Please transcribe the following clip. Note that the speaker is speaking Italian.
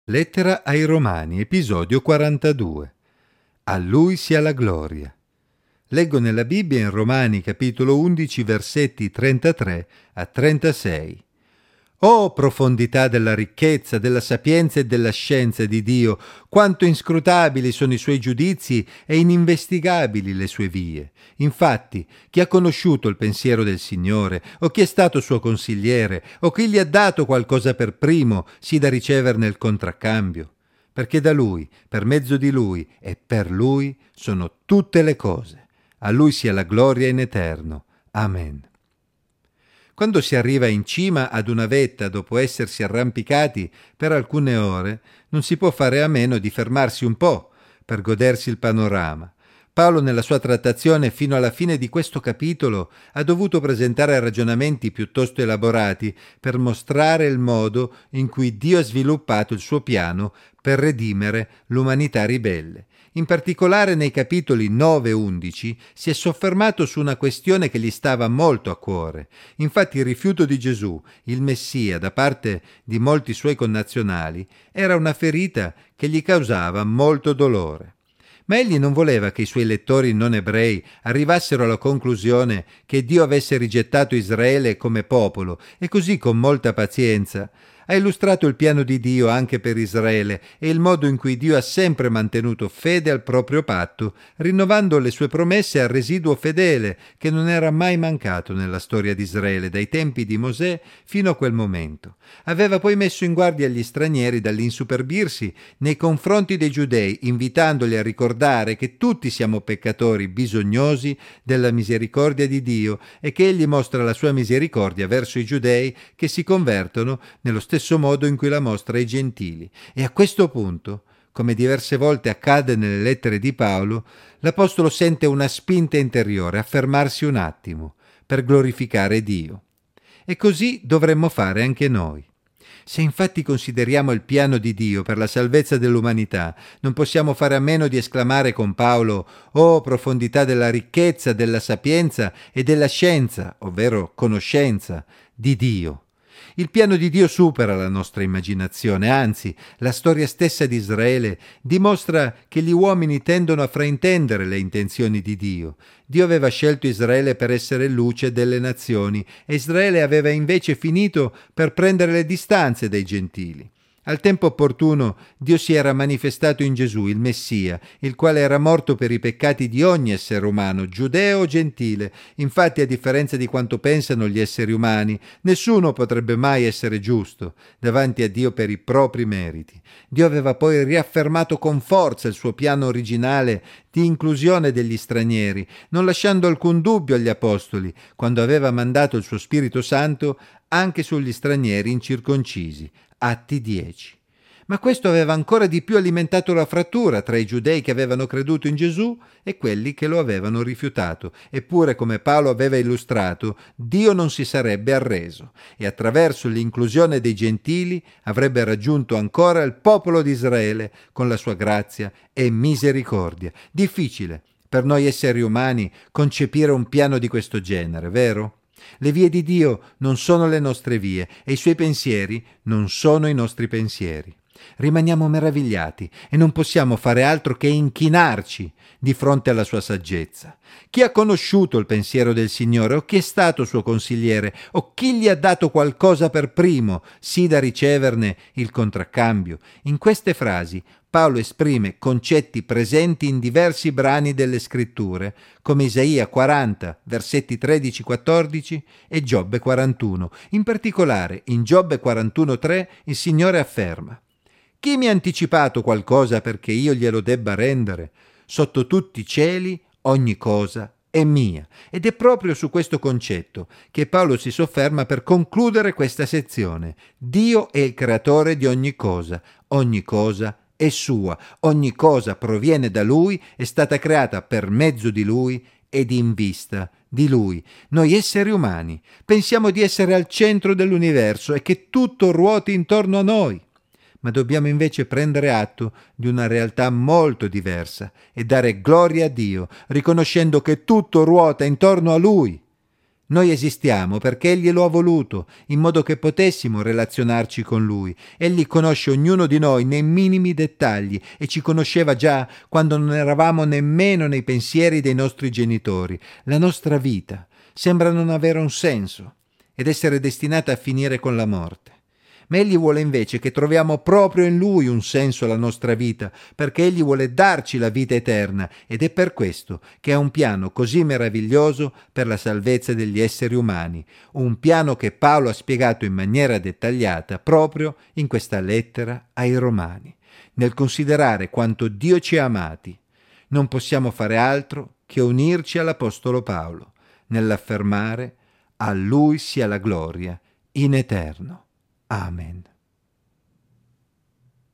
Lettera ai Romani, episodio 42. A Lui sia la gloria. Leggo nella Bibbia in Romani, capitolo 11, versetti 33 a 36. Oh profondità della ricchezza, della sapienza e della scienza di Dio, quanto inscrutabili sono i suoi giudizi e ininvestigabili le sue vie. Infatti, chi ha conosciuto il pensiero del Signore, o chi è stato suo consigliere, o chi gli ha dato qualcosa per primo, sì da riceverne il contraccambio? Perché da Lui, per mezzo di Lui e per Lui sono tutte le cose. A Lui sia la gloria in eterno. Amen. Quando si arriva in cima ad una vetta dopo essersi arrampicati per alcune ore, non si può fare a meno di fermarsi un po' per godersi il panorama. Paolo nella sua trattazione fino alla fine di questo capitolo ha dovuto presentare ragionamenti piuttosto elaborati per mostrare il modo in cui Dio ha sviluppato il suo piano per redimere l'umanità ribelle. In particolare nei capitoli 9 e 11 si è soffermato su una questione che gli stava molto a cuore. Infatti il rifiuto di Gesù, il Messia, da parte di molti suoi connazionali, era una ferita che gli causava molto dolore. Ma egli non voleva che i suoi lettori non ebrei arrivassero alla conclusione che Dio avesse rigettato Israele come popolo e così con molta pazienza ha illustrato il piano di Dio anche per Israele e il modo in cui Dio ha sempre mantenuto fede al proprio patto, rinnovando le sue promesse al residuo fedele che non era mai mancato nella storia di Israele dai tempi di Mosè fino a quel momento. Aveva poi messo in guardia gli stranieri dall'insuperbirsi nei confronti dei giudei, invitandoli a ricordare che tutti siamo peccatori bisognosi della misericordia di Dio e che egli mostra la sua misericordia verso i giudei che si convertono nello stesso modo in cui la mostra ai gentili. E a questo punto, come diverse volte accade nelle lettere di Paolo, l'Apostolo sente una spinta interiore a fermarsi un attimo per glorificare Dio. E così dovremmo fare anche noi. Se infatti consideriamo il piano di Dio per la salvezza dell'umanità, non possiamo fare a meno di esclamare con Paolo: «Oh profondità della ricchezza, della sapienza e della scienza», ovvero conoscenza, di Dio. Il piano di Dio supera la nostra immaginazione, anzi, la storia stessa di Israele dimostra che gli uomini tendono a fraintendere le intenzioni di Dio. Dio aveva scelto Israele per essere luce delle nazioni e Israele aveva invece finito per prendere le distanze dai gentili. Al tempo opportuno Dio si era manifestato in Gesù, il Messia, il quale era morto per i peccati di ogni essere umano, giudeo o gentile. Infatti, a differenza di quanto pensano gli esseri umani, nessuno potrebbe mai essere giusto davanti a Dio per i propri meriti. Dio aveva poi riaffermato con forza il suo piano originale di inclusione degli stranieri, non lasciando alcun dubbio agli apostoli, quando aveva mandato il suo Spirito Santo anche sugli stranieri incirconcisi. Atti 10. Ma questo aveva ancora di più alimentato la frattura tra i giudei che avevano creduto in Gesù e quelli che lo avevano rifiutato. Eppure, come Paolo aveva illustrato, Dio non si sarebbe arreso e attraverso l'inclusione dei gentili avrebbe raggiunto ancora il popolo di Israele con la sua grazia e misericordia. Difficile per noi esseri umani concepire un piano di questo genere, vero? Le vie di Dio non sono le nostre vie e i suoi pensieri non sono i nostri pensieri. Rimaniamo meravigliati e non possiamo fare altro che inchinarci di fronte alla sua saggezza. Chi ha conosciuto il pensiero del Signore o chi è stato suo consigliere o chi gli ha dato qualcosa per primo, sì da riceverne il contraccambio? In queste frasi Paolo esprime concetti presenti in diversi brani delle Scritture, come Isaia 40, versetti 13-14 e Giobbe 41. In particolare, in Giobbe 41:3 il Signore afferma: «Chi mi ha anticipato qualcosa perché io glielo debba rendere? Sotto tutti i cieli ogni cosa è mia». Ed è proprio su questo concetto che Paolo si sofferma per concludere questa sezione. Dio è il creatore di ogni cosa è sua, ogni cosa proviene da Lui, è stata creata per mezzo di Lui ed in vista di Lui. Noi esseri umani pensiamo di essere al centro dell'universo e che tutto ruoti intorno a noi, ma dobbiamo invece prendere atto di una realtà molto diversa e dare gloria a Dio, riconoscendo che tutto ruota intorno a Lui. Noi esistiamo perché Egli lo ha voluto, in modo che potessimo relazionarci con Lui. Egli conosce ognuno di noi nei minimi dettagli e ci conosceva già quando non eravamo nemmeno nei pensieri dei nostri genitori. La nostra vita sembra non avere un senso ed essere destinata a finire con la morte. Ma Egli vuole invece che troviamo proprio in Lui un senso alla nostra vita, perché Egli vuole darci la vita eterna ed è per questo che ha un piano così meraviglioso per la salvezza degli esseri umani, un piano che Paolo ha spiegato in maniera dettagliata proprio in questa lettera ai Romani. Nel considerare quanto Dio ci ha amati, non possiamo fare altro che unirci all'Apostolo Paolo, nell'affermare: a Lui sia la gloria in eterno. Amen.